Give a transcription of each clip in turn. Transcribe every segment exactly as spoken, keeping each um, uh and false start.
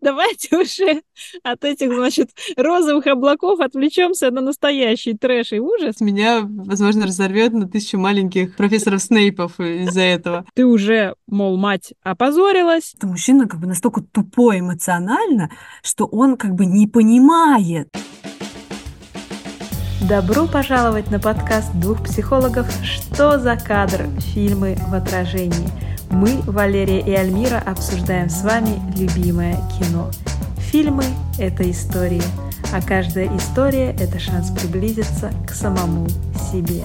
Давайте уже от этих, значит, розовых облаков отвлечемся на настоящий трэш и ужас. Меня, возможно, разорвет на тысячу маленьких профессоров Снейпов из-за этого. Ты уже, мол, мать опозорилась. Что мужчина как бы настолько тупой эмоционально, что он как бы не понимает. Добро пожаловать на подкаст двух психологов «Что за кадр? Фильмы в отражении». Мы, Валерия и Альмира, обсуждаем с вами любимое кино. Фильмы – это истории, а каждая история – это шанс приблизиться к самому себе.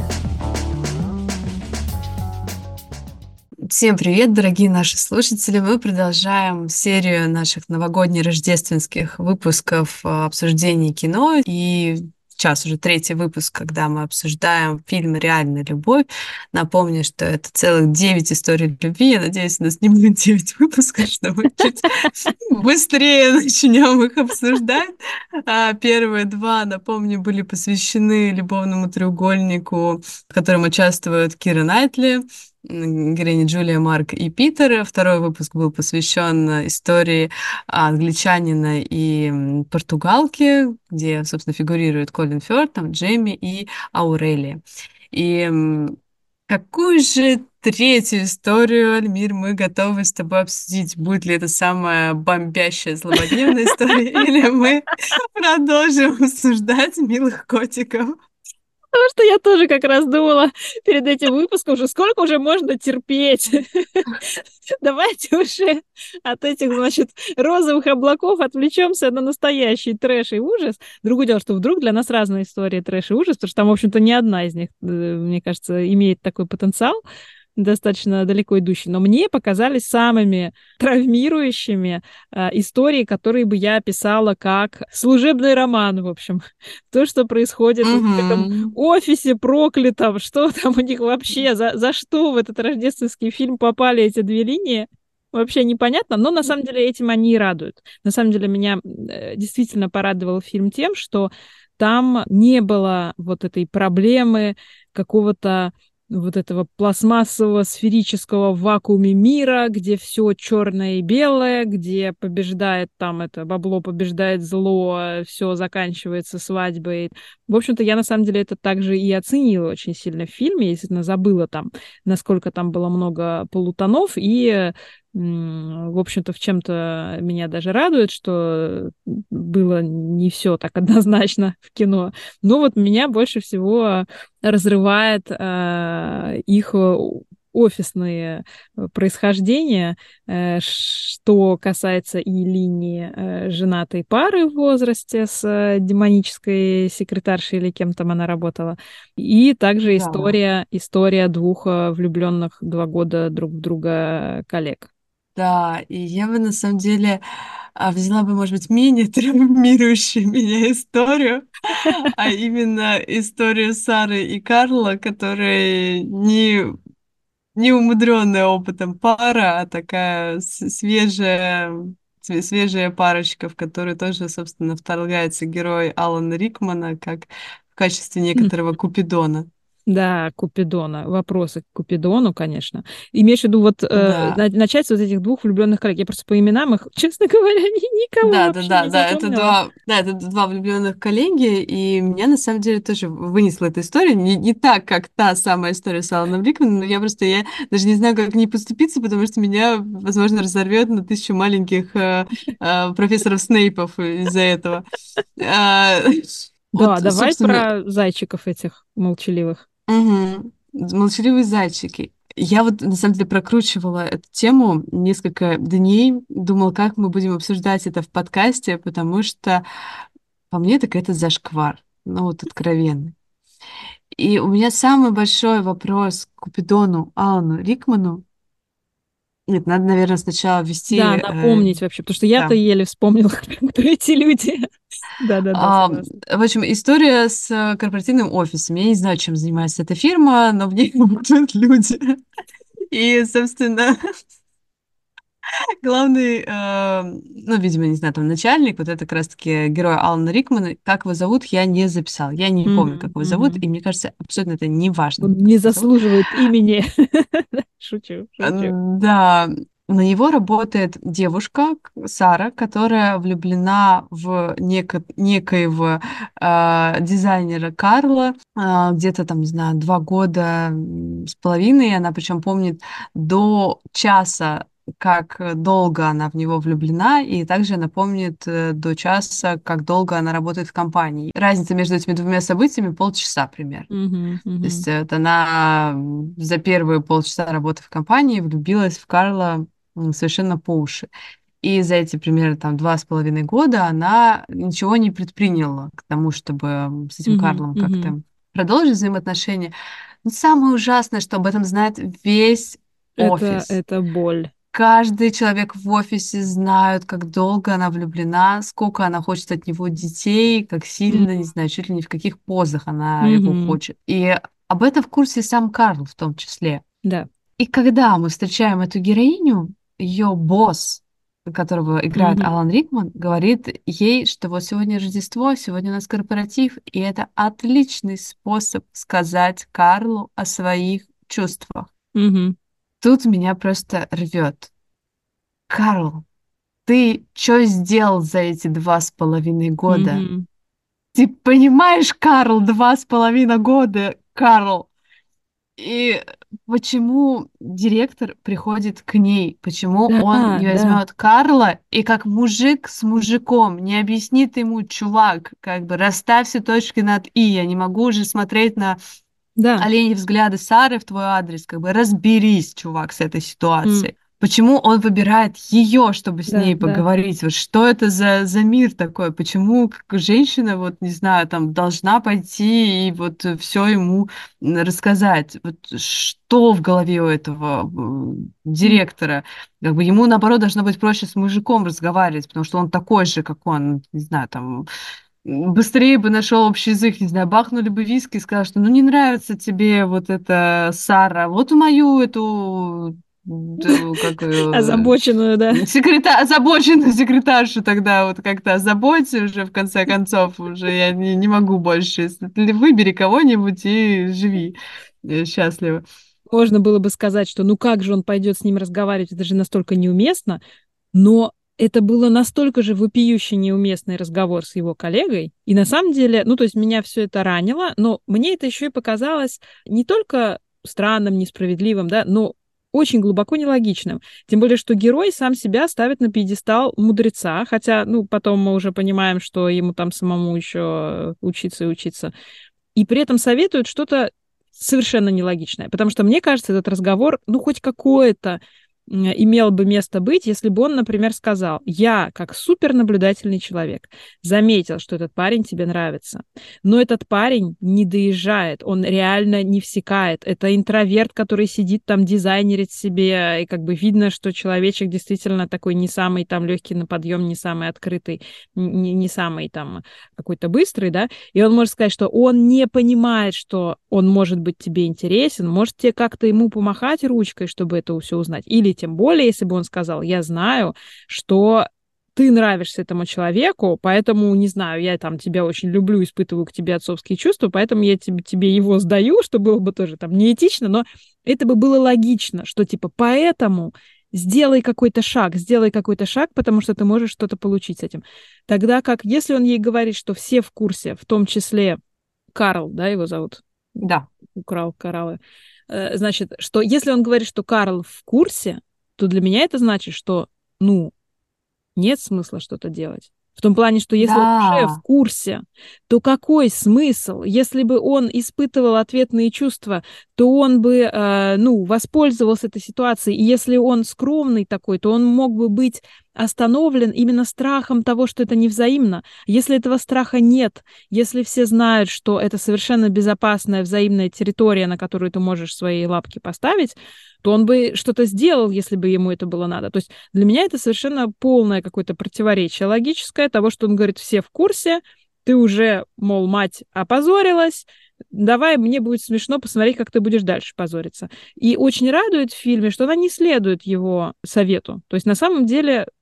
Всем привет, дорогие наши слушатели! Мы продолжаем серию наших новогодне-рождественских выпусков обсуждений кино. И сейчас уже третий выпуск, когда мы обсуждаем фильм «Реальная любовь». Напомню, что это целых девять историй любви. Я надеюсь, у нас не будет девять выпусков, что мы чуть быстрее начнем их обсуждать. А первые два, напомню, были посвящены любовному треугольнику, в котором участвуют Кира Найтли, героини Джулия, Марк и Питер. Второй выпуск был посвящен истории англичанина и португалки, где, собственно, фигурируют Колин Фёрд, там, Джейми и Аурелия. И какую же третью историю, Альмир, мы готовы с тобой обсудить? Будет ли это самая бомбящая злободневная история, или мы продолжим обсуждать милых котиков? Потому что я тоже как раз думала перед этим выпуском, уже сколько уже можно терпеть. Давайте уже от этих, значит, розовых облаков отвлечемся на настоящий трэш и ужас. Другое дело, что вдруг для нас разные истории трэш и ужас, потому что там, в общем-то, ни одна из них, мне кажется, имеет такой потенциал достаточно далеко идущий, но мне показались самыми травмирующими э, истории, которые бы я описала как служебный роман, в общем. То, что происходит Угу. в этом офисе проклятом, что там у них вообще, за, за что в этот рождественский фильм попали эти две линии, вообще непонятно, но на самом деле этим они и радуют. На самом деле меня э, действительно порадовал фильм тем, что там не было вот этой проблемы какого-то вот этого пластмассового сферического в вакууме мира, где все черное и белое, где побеждает там это бабло, побеждает зло, все заканчивается свадьбой. В общем-то, я на самом деле это также и оценила очень сильно в фильме, если забыла там, насколько там было много полутонов, и в общем-то, в чем-то меня даже радует, что было не все так однозначно в кино. Но вот меня больше всего разрывает э, их офисные происхождения, э, что касается и линии э, женатой пары в возрасте с э, демонической секретаршей или кем там она работала, и также Да. история, история двух э, влюбленных два года друг в друга коллег. Да, и я бы на самом деле а, взяла бы, может быть, менее травмирующую меня историю, а именно историю Сары и Карла, которые не, не умудренная опытом пара, а такая с- свежая, све- свежая парочка, в которую тоже, собственно, вторгается герой Алана Рикмана как в качестве некоторого Купидона. Да, Купидона. Вопросы к Купидону, конечно. Имеешь в виду вот э, Да. на- начать с вот этих двух влюбленных коллег. Я просто по именам их, честно говоря, ни- никого Да, да, вообще да, не да, это запомнила. два, да, это два влюбленных коллеги, и меня на самом деле тоже вынесла эта история, не, не так, как та самая история с Аланом Рикманом, но я просто, я даже не знаю, как к ней поступиться, потому что меня, возможно, разорвет на тысячу маленьких э, э, профессоров Снейпов из-за этого. А, Да, Вот, давай собственно, про зайчиков этих молчаливых. мгм. Молчаливые зайчики. Я вот на самом деле прокручивала эту тему несколько дней, думала, как мы будем обсуждать это в подкасте, потому что по мне так это зашквар, ну вот откровенный. И у меня самый большой вопрос к Купидону Алану Рикману. Нет, надо, наверное, сначала ввести... Да, э, напомнить вообще, потому что я-то да. еле вспомнила, кто эти люди. Да-да-да, А, согласна. в общем, история с э, корпоративным офисом. Я не знаю, чем занимается эта фирма, но в ней работают люди. И, собственно, главный, э, ну, видимо, не знаю, там начальник, вот это как раз-таки герой Алана Рикмана, как его зовут, я не записала. Я не помню, как Мгм, его зовут, мгм. и мне кажется, абсолютно это не важно, Он как не его зовут. заслуживает имени. Шучу, Э, шучу. Да, на него работает девушка Сара, которая влюблена в неко- некоего э, дизайнера Карла э, где-то там, не знаю, два года м, с половиной. Она причем помнит до часа, как долго она в него влюблена, и также она помнит э, до часа, как долго она работает в компании. Разница между этими двумя событиями полчаса примерно. Мгм, То мгм. есть э, вот она м, за первые полчаса работы в компании влюбилась в Карла м, совершенно по уши. И за эти примерно там два с половиной года она ничего не предприняла к тому, чтобы м, с этим Мгм, Карлом мгм. как-то продолжить взаимоотношения. Но самое ужасное, что об этом знает весь Это, офис. это боль. Каждый человек в офисе знает, как долго она влюблена, сколько она хочет от него детей, как сильно, не Мгм, знаю, чуть ли не в каких позах она его мгм. хочет. И об этом в курсе сам Карл в том числе. Да. И когда мы встречаем эту героиню, ее босс, которого играет Мгм, Алан Рикман, говорит ей, что вот сегодня Рождество, сегодня у нас корпоратив, и это отличный способ сказать Карлу о своих чувствах. мгм, Тут меня просто рвет. Карл, ты что сделал за эти два с половиной года? мгм. Ты понимаешь, Карл, два с половиной года, Карл? И почему директор приходит к ней? Почему Да, он не да, возьмет Карла и как мужик с мужиком не объяснит ему, чувак, как бы расставь все точки над «и», я не могу уже смотреть на да. оленьи взгляды Сары в твой адрес, как бы разберись, чувак, с этой М, ситуацией. Почему он выбирает ее, чтобы с да, ней да. поговорить? Вот что это за, за мир такой? Почему как женщина, вот, не знаю, там, должна пойти и вот все ему м, рассказать? Вот что в голове у этого м, М. директора? Как бы ему, наоборот, должно быть проще с мужиком разговаривать, потому что он такой же, как он, не знаю, там, быстрее бы нашел общий язык, не знаю, бахнули бы виски и сказал, что ну не нравится тебе вот эта Сара, вот мою эту, эту, как её, Озабоченную, да. секретарь, озабоченную секретаршу тогда вот как-то озаботь уже в конце концов, уже я не, не могу больше. Если ты выбери кого-нибудь и живи э, счастливо. Можно было бы сказать, что ну как же он пойдет с ним разговаривать, это же настолько неуместно, но это было настолько же вопиюще неуместный разговор с его коллегой. И на самом деле, ну то есть меня все это ранило, но мне это еще и показалось не только странным, несправедливым, да, но очень глубоко нелогичным. Тем более, что герой сам себя ставит на пьедестал мудреца, хотя, ну, потом мы уже понимаем, что ему там самому еще учиться и учиться. И при этом советуют что-то совершенно нелогичное. Потому что, мне кажется, этот разговор, ну, хоть какое-то м, имел бы место быть, если бы он, например, сказал: я, как супернаблюдательный человек, заметил, что этот парень тебе нравится, но этот парень не доезжает, он реально не всекает. Это интроверт, который сидит там, дизайнерит себе, и как бы видно, что человечек действительно такой не самый там легкий на подъем, не самый открытый, не, не самый там какой-то быстрый, да, и он может сказать, что он не понимает, что он может быть тебе интересен, может тебе как-то ему помахать ручкой, чтобы это все узнать. Или тем более, если бы он сказал: я знаю, что ты нравишься этому человеку, поэтому, не знаю, я там тебя очень люблю, испытываю к тебе отцовские чувства, поэтому я тебе, тебе его сдаю, что было бы тоже там неэтично, но это бы было логично, что типа поэтому сделай какой-то шаг, сделай какой-то шаг, потому что ты можешь что-то получить с этим. Тогда как, если он ей говорит, что все в курсе, в том числе Карл, да, его зовут, Да. украл кораллы, э, значит, что если он говорит, что Карл в курсе, то для меня это значит, что, ну, нет смысла что-то делать. В том плане, что если он уже в Да. курсе, то какой смысл? Если бы он испытывал ответные чувства, то он бы, э, ну, воспользовался этой ситуацией. И если он скромный такой, то он мог бы быть остановлен именно страхом того, что это невзаимно. Если этого страха нет, если все знают, что это совершенно безопасная взаимная территория, на которую ты можешь свои лапки поставить, то он бы что-то сделал, если бы ему это было надо. То есть для меня это совершенно полное какое-то противоречие логическое того, что он говорит: все в курсе, ты уже, мол, мать опозорилась, давай, мне будет смешно посмотреть, как ты будешь дальше позориться. И очень радует в фильме, что она не следует его совету. То есть на самом деле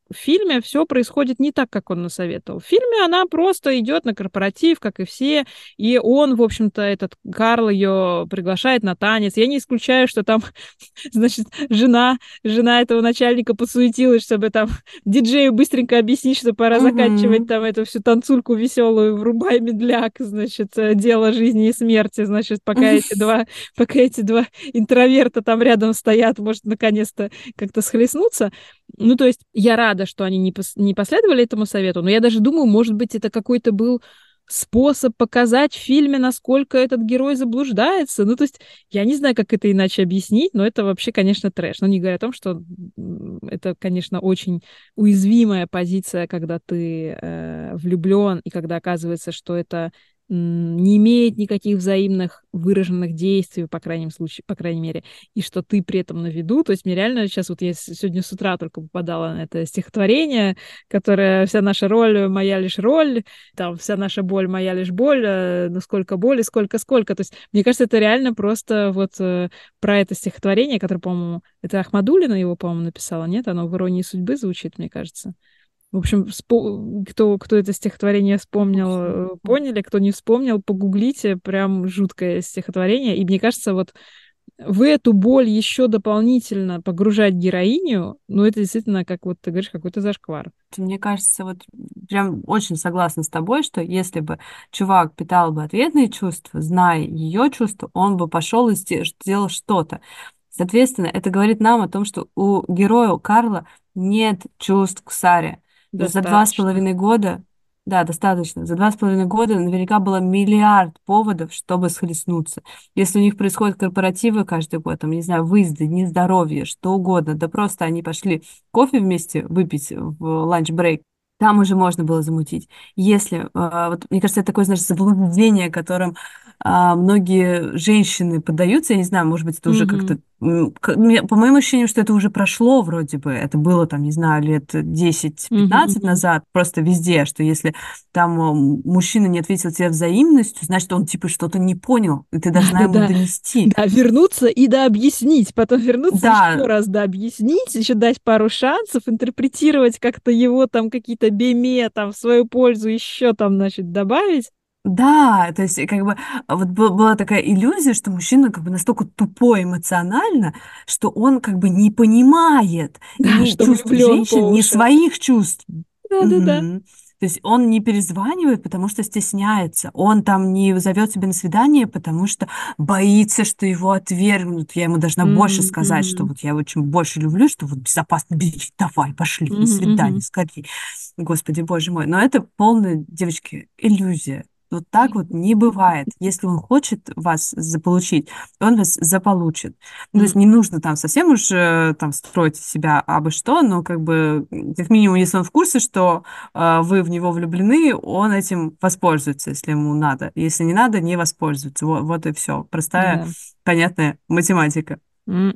в фильме все происходит не так, как он насоветовал. В фильме она просто идет на корпоратив, как и все, и он, в общем-то, этот Карл ее приглашает на танец. Я не исключаю, что там, значит, жена, жена этого начальника подсуетилась, чтобы там диджею быстренько объяснить, что пора заканчивать там эту всю танцульку веселую, врубай медляк, значит, дело жизни и смерти, значит, пока эти два, пока эти два интроверта там рядом стоят, может, наконец-то как-то схлестнуться. Ну, то есть я рада, что они не, пос- не последовали этому совету, но я даже думаю, может быть, это какой-то был способ показать в фильме, насколько этот герой заблуждается. Ну, то есть я не знаю, как это иначе объяснить, но это вообще, конечно, трэш. Но не говоря о том, что м, это, конечно, очень уязвимая позиция, когда ты э, влюблен, и когда оказывается, что это м, не имеет никаких взаимных выраженных действий, по крайнем случае, по крайней мере, и что ты при этом на виду. То есть мне реально сейчас вот я с- сегодня с утра только попадала на это стихотворение, которое «Вся наша роль, моя лишь роль», там «Вся наша боль, моя лишь боль», э, ну сколько боли, сколько, сколько. То есть мне кажется, это реально просто вот э, про это стихотворение, которое, по-моему, это Ахмадулина его, по-моему, написала, нет? Оно в «Иронии судьбы» звучит, мне кажется. В общем, вспо- кто, кто это стихотворение вспомнил, э, поняли, кто не вспомнил, погуглите, прям жуткое стихотворение. И мне кажется, вот в эту боль еще дополнительно погружать героиню, ну, это действительно, как вот ты говоришь, какой-то зашквар. Мне кажется, вот прям очень согласна с тобой, что если бы чувак питал бы ответные чувства, зная ее чувства, он бы пошел и сте- сделал что-то. Соответственно, это говорит нам о том, что у героя у Карла нет чувств к Саре. За два с Достаточно. половиной года, да, достаточно, за два с половиной года наверняка было миллиард поводов, чтобы схлестнуться. Если у них происходят корпоративы каждый год, там, не знаю, выезды, дни здоровья, что угодно, да просто они пошли кофе вместе выпить в ланч-брейк, там уже можно было замутить. Если, а, вот, мне кажется, это такое, знаешь, заблуждение, которым а, многие женщины поддаются, я не знаю, может быть, это уже Мгм. как-то, м, к- мне- по моему ощущению, что это уже прошло вроде бы, это было там, не знаю, лет десять Мгм, пятнадцать мгм. назад, просто везде, что если там м, мужчина не ответил тебе взаимностью, значит, он типа что-то не понял, и ты должна ему Да-да-да. донести. Да, вернуться и дообъяснить, потом вернуться еще Да, раз дообъяснить, еще дать пару шансов, интерпретировать как-то его там какие-то беме там в свою пользу еще там, значит, добавить. да, то есть как бы а, вот бы- была такая иллюзия, что мужчина как бы настолько тупой эмоционально, что он как бы не понимает Да, ни что чувств влюблен женщин, по ни уши. своих чувств. Да-да-да. Мгм. То есть он не перезванивает, потому что стесняется. Он там не зовет тебя на свидание, потому что боится, что его отвергнут. Я ему должна больше Мгм, сказать, что мгм, вот я его очень больше люблю, что вот безопасно, бери, давай, пошли на мгм, свидание, мгм. скорее. Господи, боже мой. Но это полная, девочки, иллюзия. Вот так вот не бывает. Если он хочет вас заполучить, он вас заполучит. Ну, то есть М, не нужно там совсем уж э, там строить из себя абы что, но как бы м, как минимум, если он в курсе, что э, вы в него влюблены, он этим воспользуется, если ему надо. Если не надо, не воспользуется. Вот, вот и все. Простая, да. понятная математика. М.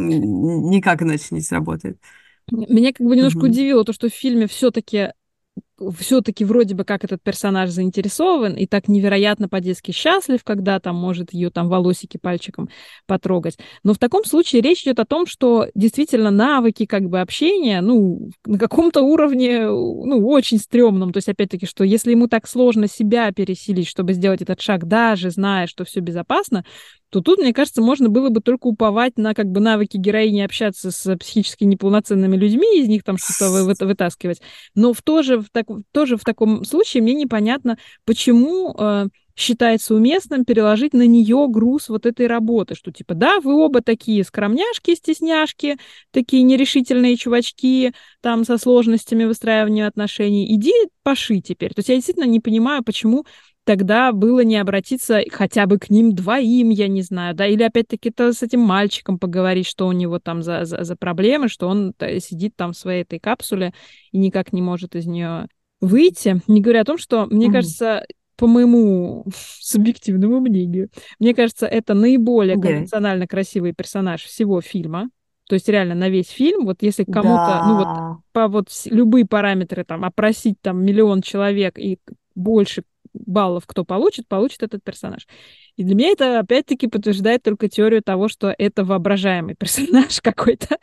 М, Никак иначе не сработает. Меня как бы немножко Мгм. удивило то, что в фильме все-таки все-таки вроде бы как этот персонаж заинтересован и так невероятно по-детски счастлив, когда там может ее там волосики пальчиком потрогать. Но в таком случае речь идет о том, что действительно навыки как бы общения, ну, на каком-то уровне, ну, очень стрёмном. То есть, опять-таки, что если ему так сложно себя пересилить, чтобы сделать этот шаг, даже зная, что все безопасно, то тут, мне кажется, можно было бы только уповать на как бы навыки героини общаться с психически неполноценными людьми, из них там что-то вы- вы- вытаскивать. Но в тоже, в так, тоже в таком случае мне непонятно, почему э, считается уместным переложить на нее груз вот этой работы, что типа, да, вы оба такие скромняшки, стесняшки, такие нерешительные чувачки, там со сложностями выстраивания отношений, иди паши теперь. То есть я действительно не понимаю, почему тогда было не обратиться хотя бы к ним двоим, я не знаю, да, или опять-таки-то с этим мальчиком поговорить, что у него там за, за, за проблемы, что он э, сидит там в своей этой капсуле и никак не может из нее выйти. Не говоря о том, что, мне Мгм. кажется, по моему субъективному мнению, мне кажется, это наиболее Окей. конвенционально красивый персонаж всего фильма. То есть реально на весь фильм, вот если кому-то, ну вот Да. по вот вс- любые параметры там опросить там миллион человек и больше баллов кто получит, получит этот персонаж. И для меня это, опять-таки, подтверждает только теорию того, что это воображаемый персонаж какой-то,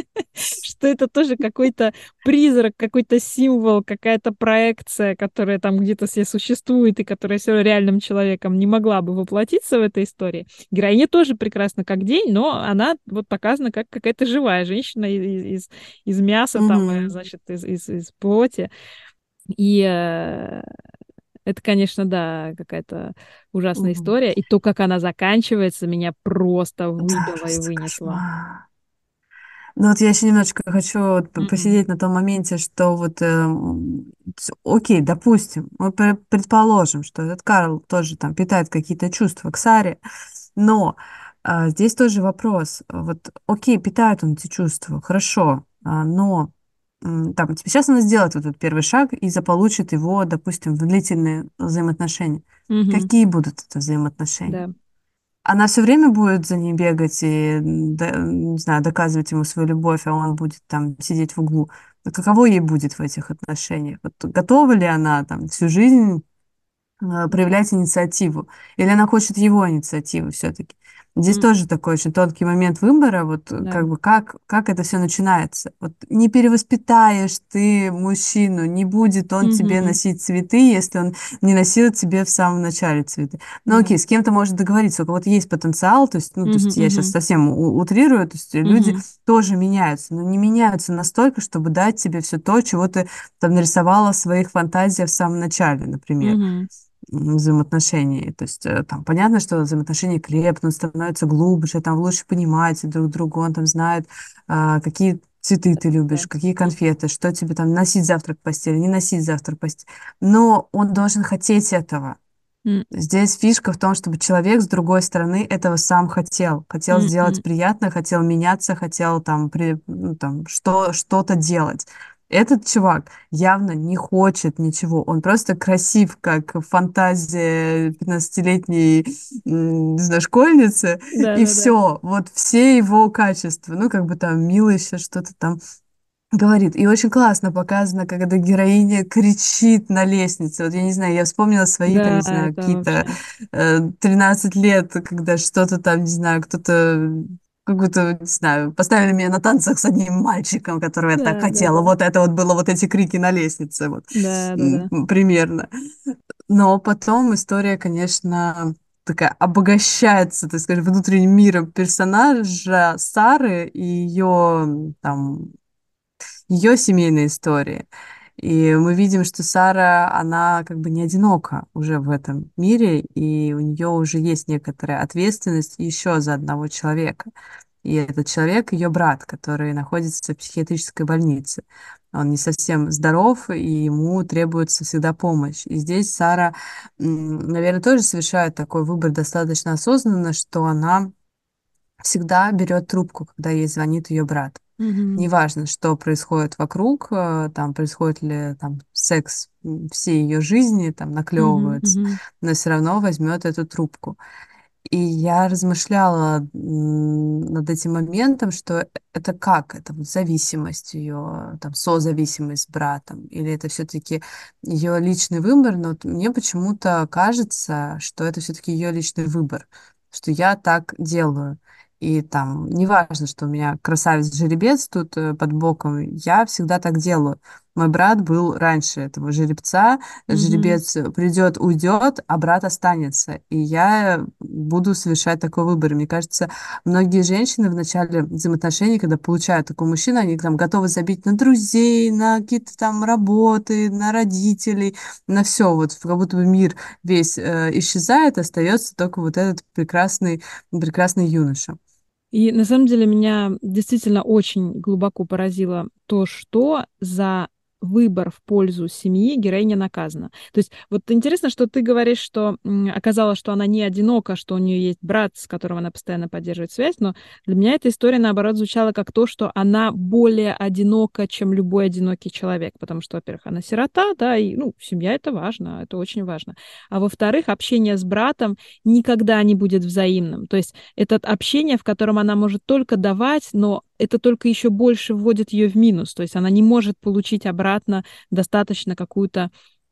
что это тоже какой-то призрак, какой-то символ, какая-то проекция, которая там где-то себе существует и которая все реальным человеком не могла бы воплотиться в этой истории. Героиня тоже прекрасна как день, но она вот показана как какая-то живая женщина из, из, из мяса, там, э, Мгм. значит, из, из, из плоти. И э, это, конечно, да, какая-то ужасная Мгм. история. И то, как она заканчивается, меня просто Да, выбило и просто вынесло. кошмар. Ну вот я еще немножечко хочу вот п- Мгм. посидеть на том моменте, что вот, эм, с- окей, допустим, мы пре- предположим, что этот Карл тоже там питает какие-то чувства к Саре, но а, здесь тоже вопрос. Вот, окей, питает он эти чувства, хорошо, а, но м, там, сейчас она сделает вот этот первый шаг и заполучит его, допустим, в длительные взаимоотношения. Мгм. Какие будут это взаимоотношения? Да. Она все время будет за ним бегать и, м, да, не знаю, доказывать ему свою любовь, а он будет там сидеть в углу. Но каково ей будет в этих отношениях? Вот готова ли она там всю жизнь э, проявлять инициативу? Или она хочет его инициативы все-таки? Здесь М, тоже такой очень тонкий момент выбора, вот э, Да. как бы как, как это все начинается. Вот не перевоспитаешь ты мужчину, не будет он тебе Мгм. носить цветы, если он не носил тебе в самом начале цветы. Ну Да. окей, с кем-то может договориться, у кого-то есть потенциал, то есть, ну, то Мгм. есть я сейчас Мгм. совсем у- утрирую, то есть люди Мгм. тоже меняются, но не меняются настолько, чтобы дать тебе все то, чего ты там нарисовала в своих фантазиях в самом начале, например, Мгм. м, взаимоотношений. То есть э, там понятно, что взаимоотношения крепнут, становятся глубже, там лучше понимать друг друга, он там знает, а, какие цветы ты Да. любишь, какие М, конфеты, что тебе там носить завтрак в постели, не носить завтрак в постели. Но он должен хотеть этого. м, Здесь фишка в том, чтобы человек с другой стороны этого сам хотел. Хотел м, сделать м. приятно, хотел меняться, хотел там, при, ну, там что, что-то делать. Этот чувак явно не хочет ничего. Он просто красив, как фантазия пятнадцатилетней, м, не знаю, школьницы. Да, И да, да. все. Вот все его качества. Ну, как бы там милый еще что-то там говорит. И очень классно показано, когда героиня кричит на лестнице. Вот я не знаю, я вспомнила свои, там, Да, не знаю, это какие-то вообще. э, тринадцать лет, когда что-то там, не знаю, кто-то какую-то, не знаю, поставили меня на танцах с одним мальчиком, которого я так Да, да, хотела. да. Вот это вот было, вот эти крики на лестнице, вот, Да, да, м, да. примерно. Но потом история, конечно, такая обогащается, так сказать, внутренним миром персонажа Сары и ее там ее семейной истории. И мы видим, что Сара, она как бы не одинока уже в этом мире, и у нее уже есть некоторая ответственность еще за одного человека. И этот человек ее брат, который находится в психиатрической больнице. Он не совсем здоров, и ему требуется всегда помощь. И здесь Сара, наверное, тоже совершает такой выбор достаточно осознанно, что она всегда берет трубку, когда ей звонит ее брат. Мгм. Неважно, что происходит вокруг, э, там происходит ли там секс м, всей ее жизни, там Мгм. наклевывается, Мгм. но все равно возьмет эту трубку. И я размышляла м, над этим моментом, что это как? Это вот зависимость ее, там, созависимость с братом, или это все-таки ее личный выбор, но вот мне почему-то кажется, что это все-таки ее личный выбор, что я так делаю. И там, неважно, что у меня красавец-жеребец тут э, под боком, я всегда так делаю. Мой брат был раньше этого жеребца, Мгм. жеребец придет, уйдет, а брат останется. И я буду совершать такой выбор. Мне кажется, многие женщины в начале взаимоотношений, когда получают такого мужчину, они там готовы забить на друзей, на какие-то там работы, на родителей, на все. Вот как будто бы мир весь э, исчезает, остается только вот этот прекрасный, прекрасный юноша. И на самом деле меня действительно очень глубоко поразило то, что за выбор в пользу семьи героиня наказана. То есть вот интересно, что ты говоришь, что м, оказалось, что она не одинока, что у нее есть брат, с которым она постоянно поддерживает связь, но для меня эта история, наоборот, звучала как то, что она более одинока, чем любой одинокий человек, потому что, во-первых, она сирота, да, и, ну, семья — это важно, это очень важно. А во-вторых, общение с братом никогда не будет взаимным. То есть это общение, в котором она может только давать, но это только еще больше вводит ее в минус. То есть она не может получить обратно достаточно какую-то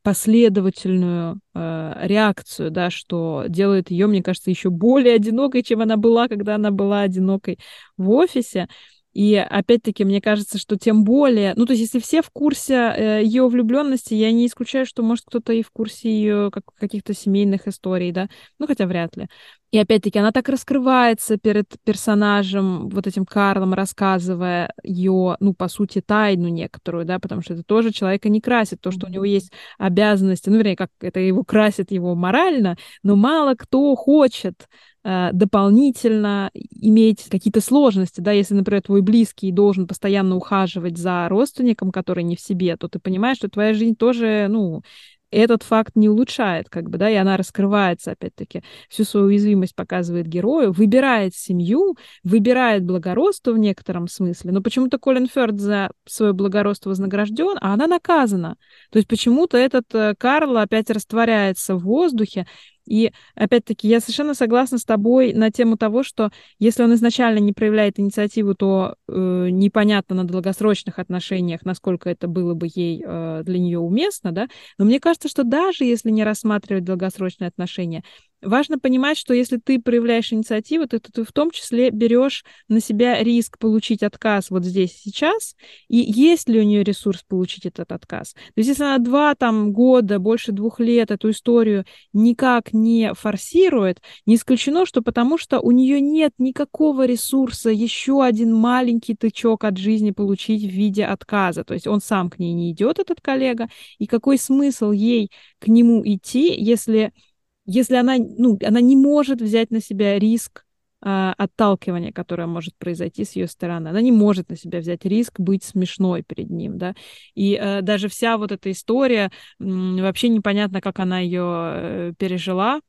последовательную э, реакцию, да, что делает ее, мне кажется, еще более одинокой, чем она была, когда она была одинокой в офисе. И опять-таки, мне кажется, что тем более, ну, то есть, если все в курсе э, ее влюбленности, я не исключаю, что, может, кто-то и в курсе ее как, каких-то семейных историй, да, ну, хотя вряд ли. И опять-таки, она так раскрывается перед персонажем, вот этим Карлом, рассказывая ее, ну, по сути, тайну некоторую, да, потому что это тоже человека не красит, то, что у него есть обязанности, ну, вернее, как это его красит его морально, но мало кто хочет э, дополнительно иметь какие-то сложности, да, если, например, твой близкий должен постоянно ухаживать за родственником, который не в себе, то ты понимаешь, что твоя жизнь тоже, ну, этот факт не улучшает, как бы, да, и она раскрывается, опять-таки, всю свою уязвимость показывает герою, выбирает семью, выбирает благородство в некотором смысле, но почему-то Колин Фёрд за свое благородство вознагражден, а она наказана. То есть почему-то этот э, Карл опять растворяется в воздухе, и, опять-таки, я совершенно согласна с тобой на тему того, что если он изначально не проявляет инициативу, то э, непонятно на долгосрочных отношениях, насколько это было бы ей э, для нее уместно, да, но мне кажется, что даже если не рассматривать долгосрочные отношения, важно понимать, что если ты проявляешь инициативу, то ты, ты в том числе берешь на себя риск получить отказ вот здесь и сейчас, и есть ли у нее ресурс получить этот отказ. То есть если она два там, года, больше двух лет эту историю никак не форсирует, не исключено, что потому что у нее нет никакого ресурса еще один маленький тычок от жизни получить в виде отказа. То есть он сам к ней не идет, этот коллега, и какой смысл ей к нему идти, если если она, ну, она не может взять на себя риск а, отталкивания, которое может произойти с ее стороны. Она не может на себя взять риск быть смешной перед ним, да. И э, даже вся вот эта история, м, вообще непонятно, как она ее э, пережила.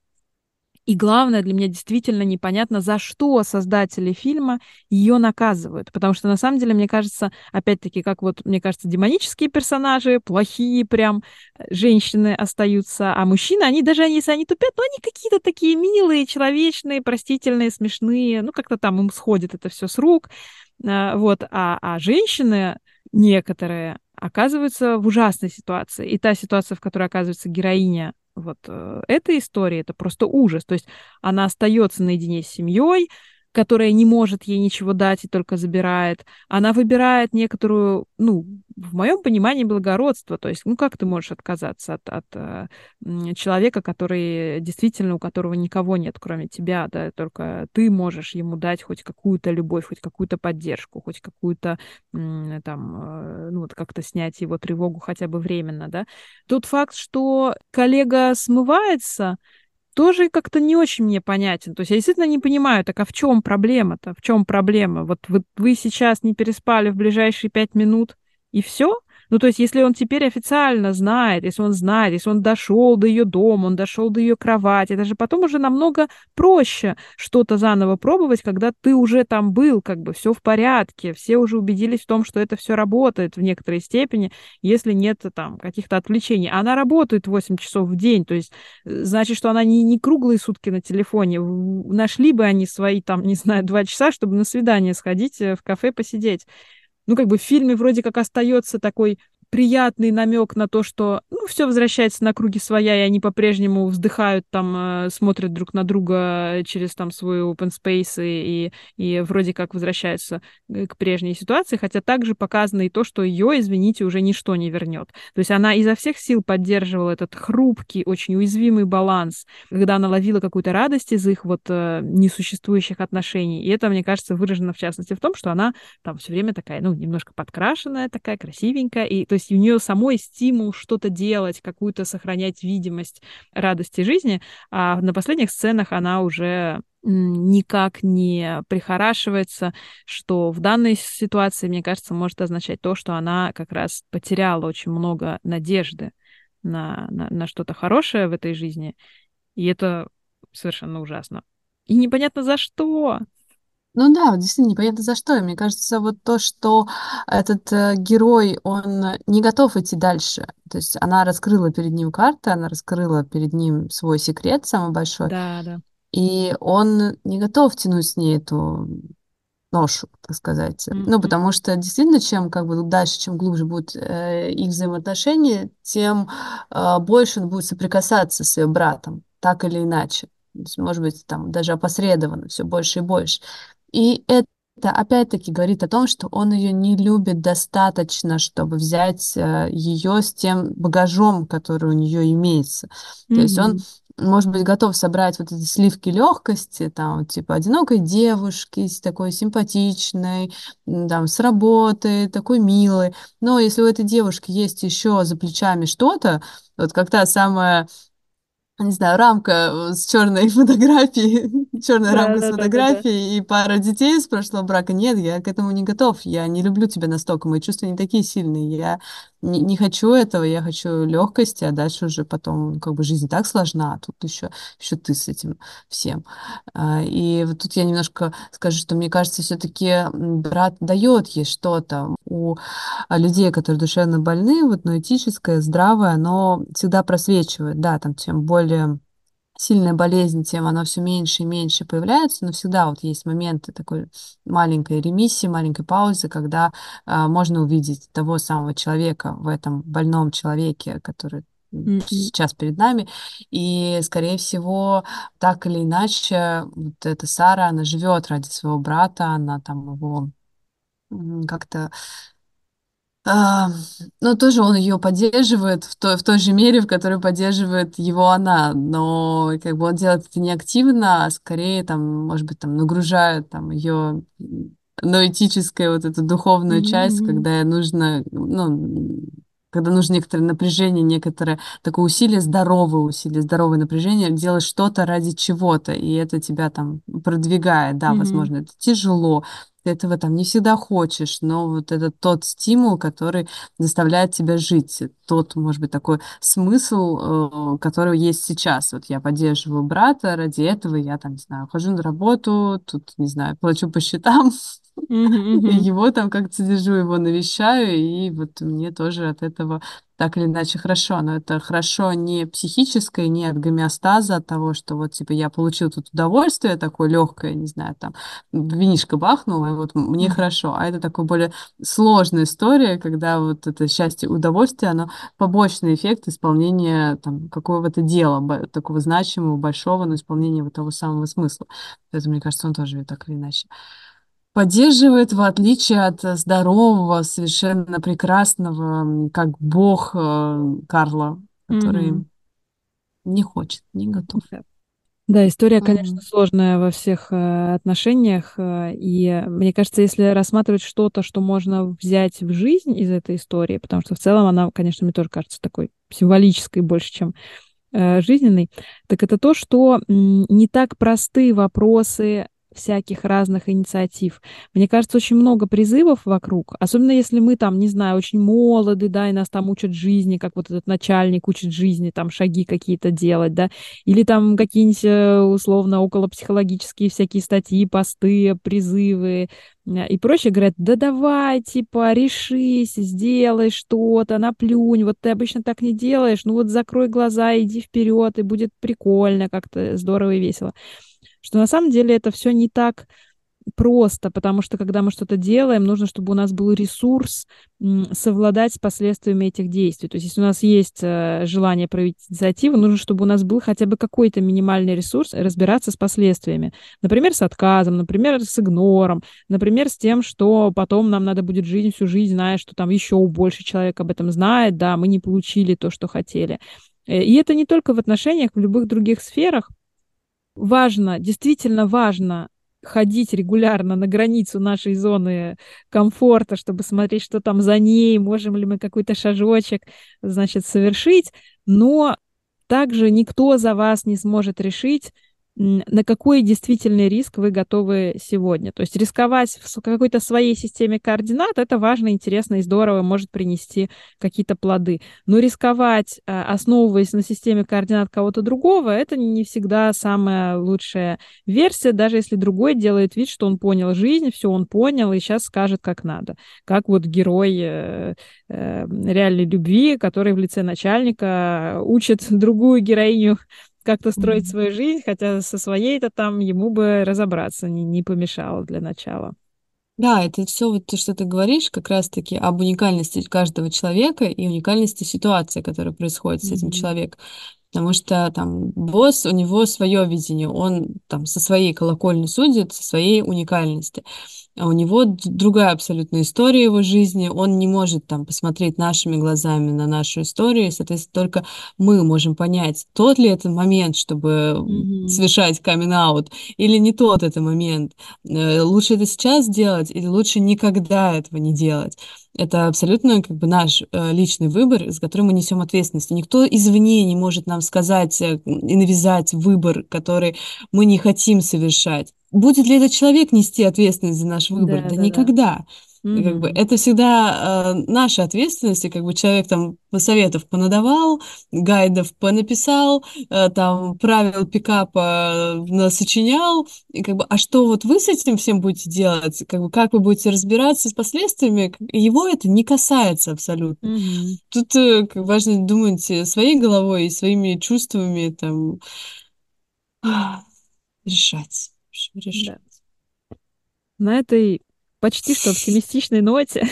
И главное, для меня действительно непонятно, за что создатели фильма ее наказывают. Потому что, на самом деле, мне кажется, опять-таки, как вот, мне кажется, демонические персонажи, плохие прям э, женщины остаются, а мужчины, они даже, если они тупят, но они какие-то такие милые, человечные, простительные, смешные, ну, как-то там им сходит это все с рук. А, вот, а, а женщины некоторые оказываются в ужасной ситуации. И та ситуация, в которой оказывается героиня вот э, этой истории, это просто ужас. То есть она остается наедине с семьей, которая не может ей ничего дать и только забирает. Она выбирает некоторую, ну, в моем понимании, благородство. То есть, ну, как ты можешь отказаться от, от э, м, человека, который действительно, у которого никого нет, кроме тебя, да, только ты можешь ему дать хоть какую-то любовь, хоть какую-то поддержку, хоть какую-то, м, там, э, ну, вот как-то снять его тревогу хотя бы временно, да. Тот факт, что коллега смывается, тоже как-то не очень мне понятен. То есть я действительно не понимаю, так а в чем проблема-то? В чем проблема? Вот вы, вы сейчас не переспали в ближайшие пять минут, и все? Ну, то есть, если он теперь официально знает, если он знает, если он дошел до ее дома, он дошел до ее кровати, это же потом уже намного проще что-то заново пробовать, когда ты уже там был, как бы все в порядке, все уже убедились в том, что это все работает в некоторой степени, если нет там каких-то отвлечений. А она работает восемь часов в день, то есть э, значит, что она не, не круглые сутки на телефоне. В- Нашли бы они свои там, не знаю, два часа, чтобы на свидание сходить, э, в кафе посидеть. Ну, как бы в фильме вроде как остается такой приятный намек на то, что, ну, все возвращается на круги своя, и они по-прежнему вздыхают, там, э, смотрят друг на друга через там свой open space и, и вроде как возвращаются э, к прежней ситуации, хотя также показано и то, что ее, извините, уже ничто не вернет. То есть она изо всех сил поддерживала этот хрупкий, очень уязвимый баланс, когда она ловила какую-то радость из их вот э, несуществующих отношений. И это, мне кажется, выражено в частности в том, что она там все время такая, ну, немножко подкрашенная, такая красивенькая, и то есть у нее самой стимул что-то делать, какую-то сохранять видимость радости жизни, а на последних сценах она уже м, никак не прихорашивается, что в данной ситуации, мне кажется, может означать то, что она как раз потеряла очень много надежды на, на, на что-то хорошее в этой жизни, и это совершенно ужасно. И непонятно за что. Ну да, вот действительно непонятно за что. И мне кажется, вот то, что этот э, герой, он э, не готов идти дальше. То есть она раскрыла перед ним карты, она раскрыла перед ним свой секрет самый большой, Да, да. и он не готов тянуть с ней эту ношу, так сказать. Ну, Мгм. потому что действительно, чем как бы дальше, чем глубже будут э, их взаимоотношения, тем э, больше он будет соприкасаться с ее братом, так или иначе. То есть, может быть, там даже опосредованно все больше и больше. И это опять-таки говорит о том, что он ее не любит достаточно, чтобы взять э, ее с тем багажом, который у нее имеется. То есть он, Мгм. может быть, готов собрать вот эти сливки легкости, там, вот, типа, одинокой девушки, с такой симпатичной, м, там, с работы, такой милой. Но если у этой девушки есть еще за плечами что-то, вот как та самая, не знаю, рамка э, с черной фотографией, черная Да, рамка с да, да, да, да. фотографией и пара детей из прошлого брака. Нет, я к этому не готов. Я не люблю тебя настолько. Мои чувства не такие сильные. Я не, не хочу этого. Я хочу легкости, а дальше уже потом как бы жизнь так сложна, а тут еще, еще ты с этим всем. А, И вот тут я немножко скажу, что мне кажется, все-таки брат дает ей что-то. У а людей, которые душевно больны, вот, но этическое, здравое, оно всегда просвечивает. Да, там чем более сильная болезнь, тем она все меньше и меньше появляется, но всегда вот есть моменты такой маленькой ремиссии, маленькой паузы, когда а, можно увидеть того самого человека в этом больном человеке, который м, Мгм. сейчас перед нами. И, скорее всего, так или иначе, вот эта Сара, она живет ради своего брата, она там его м, как-то а, ну, тоже он ее поддерживает в той, в той же мере, в которой поддерживает его она, но как бы он делает это не активно, а скорее там, может быть, там нагружает там ее ноэтическую вот эту духовную Мгм. часть, Мгм. когда нужно, ну, когда нужно некоторое напряжение, некоторое такое усилие, здоровое усилие, здоровое напряжение, делать что-то ради чего-то, и это тебя там продвигает, да, Мгм. возможно, это тяжело, ты этого там не всегда хочешь, но вот это тот стимул, который заставляет тебя жить, тот, может быть, такой смысл, э, который есть сейчас. Вот я поддерживаю брата, ради этого я там, не знаю, хожу на работу, тут, не знаю, плачу по счетам, Мгм. Мгм. его там как-то содержу, его навещаю, и вот мне тоже от этого так или иначе хорошо. Но это хорошо не психическое, не от гомеостаза, от того, что вот, типа, я получил тут удовольствие такое легкое, не знаю, там, винишко бахнула, и вот мне Мгм. хорошо. А это такая более сложная история, когда вот это счастье, удовольствие, оно побочный эффект исполнения там какого-то дела, б- такого значимого, большого, но исполнения вот того самого смысла. Поэтому, мне кажется, он тоже так или иначе поддерживает, в отличие от э, здорового, совершенно прекрасного, м, как бог э, Карла, Мгм. который не хочет, не готов. Да. Да, история, конечно, Мгм. сложная во всех э, отношениях. э, и э, мне кажется, если рассматривать что-то, что можно взять в жизнь из этой истории, потому что в целом она, конечно, мне тоже кажется такой символической больше, чем э, жизненной, так это то, что м, не так просты вопросы всяких разных инициатив. Мне кажется, очень много призывов вокруг, особенно если мы там, не знаю, очень молоды, да, и нас там учат жизни, как вот этот начальник учит жизни, там шаги какие-то делать, да, или там какие-нибудь э, условно околопсихологические всякие статьи, посты, призывы э, и прочее, говорят, да давай, типа, решись, сделай что-то, наплюнь, вот ты обычно так не делаешь, ну вот закрой глаза, иди вперед, и будет прикольно, как-то здорово и весело. Что на самом деле это все не так просто, потому что когда мы что-то делаем, нужно, чтобы у нас был ресурс м, совладать с последствиями этих действий. То есть если у нас есть э, желание проявить инициативу, нужно, чтобы у нас был хотя бы какой-то минимальный ресурс разбираться с последствиями. Например, с отказом, например, с игнором, например, с тем, что потом нам надо будет жить всю жизнь, зная, что там еще больше человек об этом знает, да, мы не получили то, что хотели. Э, И это не только в отношениях, в любых других сферах. Важно, действительно важно ходить регулярно на границу нашей зоны комфорта, чтобы смотреть, что там за ней, можем ли мы какой-то шажочек, значит, совершить, но также никто за вас не сможет решить, м, на какой действительный риск вы готовы сегодня. То есть рисковать в с- какой-то своей системе координат — это важно, интересно и здорово, может принести какие-то плоды. Но рисковать, а, основываясь на системе координат кого-то другого, это не всегда самая лучшая версия, даже если другой делает вид, что он понял жизнь, все он понял и сейчас скажет, как надо. Как вот герой э, э, реальной любви, который в лице начальника учит другую героиню как-то строить Мгм. свою жизнь, хотя со своей-то там ему бы разобраться не, не помешало для начала. Да, это все вот то, что ты говоришь, как раз-таки об уникальности каждого человека и уникальности ситуации, которая происходит с этим Мгм. человеком. Потому что там босс, у него свое видение, он там со своей колокольни судит, со своей уникальности. А у него д- другая абсолютно история его жизни, он не может там посмотреть нашими глазами на нашу историю, и, соответственно, только мы можем понять, тот ли это момент, чтобы м, Мгм. совершать камин-аут, или не тот это момент. Э, Лучше это сейчас делать, или лучше никогда этого не делать. Это абсолютно как бы наш э, личный выбор, за который мы несем ответственность. И никто извне не может нам сказать э, и навязать выбор, который мы не хотим совершать. Будет ли этот человек нести ответственность за наш выбор? Да, Да да, да. никогда. И как бы Мгм. это всегда э, наша ответственность, и как бы человек там советов понадавал, гайдов понаписал, э, там правил пикапа э, насочинял, и как бы, а что вот вы с этим всем будете делать? Как бы, как вы будете разбираться с последствиями? Как- Его это не касается абсолютно. Мгм. Тут э, как важно думать э, своей головой и своими чувствами там решать. В общем, Да. решать. На этой почти что оптимистичной ноте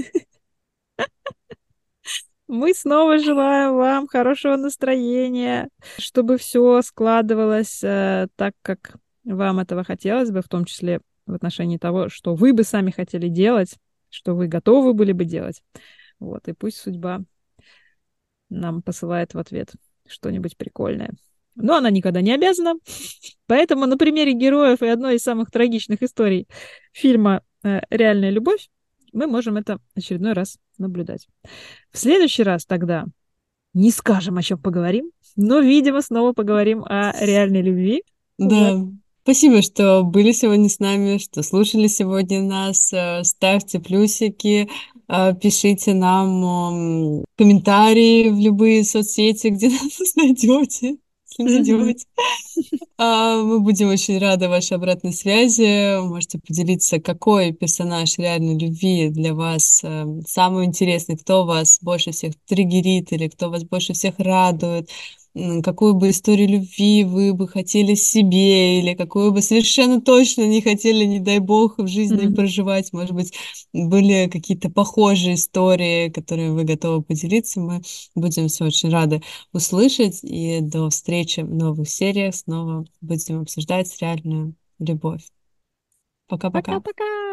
мы снова желаем вам хорошего настроения, чтобы все складывалось э, так, как вам этого хотелось бы, в том числе в отношении того, что вы бы сами хотели делать, что вы готовы были бы делать. Вот, и пусть судьба нам посылает в ответ что-нибудь прикольное. Но она никогда не обязана. Поэтому на примере героев и одной из самых трагичных историй фильма э, «Реальная любовь» мы можем это очередной раз наблюдать. В следующий раз тогда не скажем, о чем поговорим, но, видимо, снова поговорим о реальной любви. Вот. Да. Спасибо, что были сегодня с нами, что слушали сегодня нас. Э, Ставьте плюсики, э, пишите нам м, комментарии в любые соцсети, где нас найдете, если Мгм. найдете. А, Мы будем очень рады вашей обратной связи. Можете поделиться, какой персонаж реальной любви для вас э, самый интересный, кто вас больше всех триггерит или кто вас больше всех радует, м, какую бы историю любви вы бы хотели себе или какую бы совершенно точно не хотели, не дай бог, в жизни Мгм. проживать. Может быть, были какие-то похожие истории, которыми вы готовы поделиться. Мы будем все очень рады услышать. И до встречи в новых сериях. Снова будем обсуждать реальную любовь. Пока-пока. Пока-пока!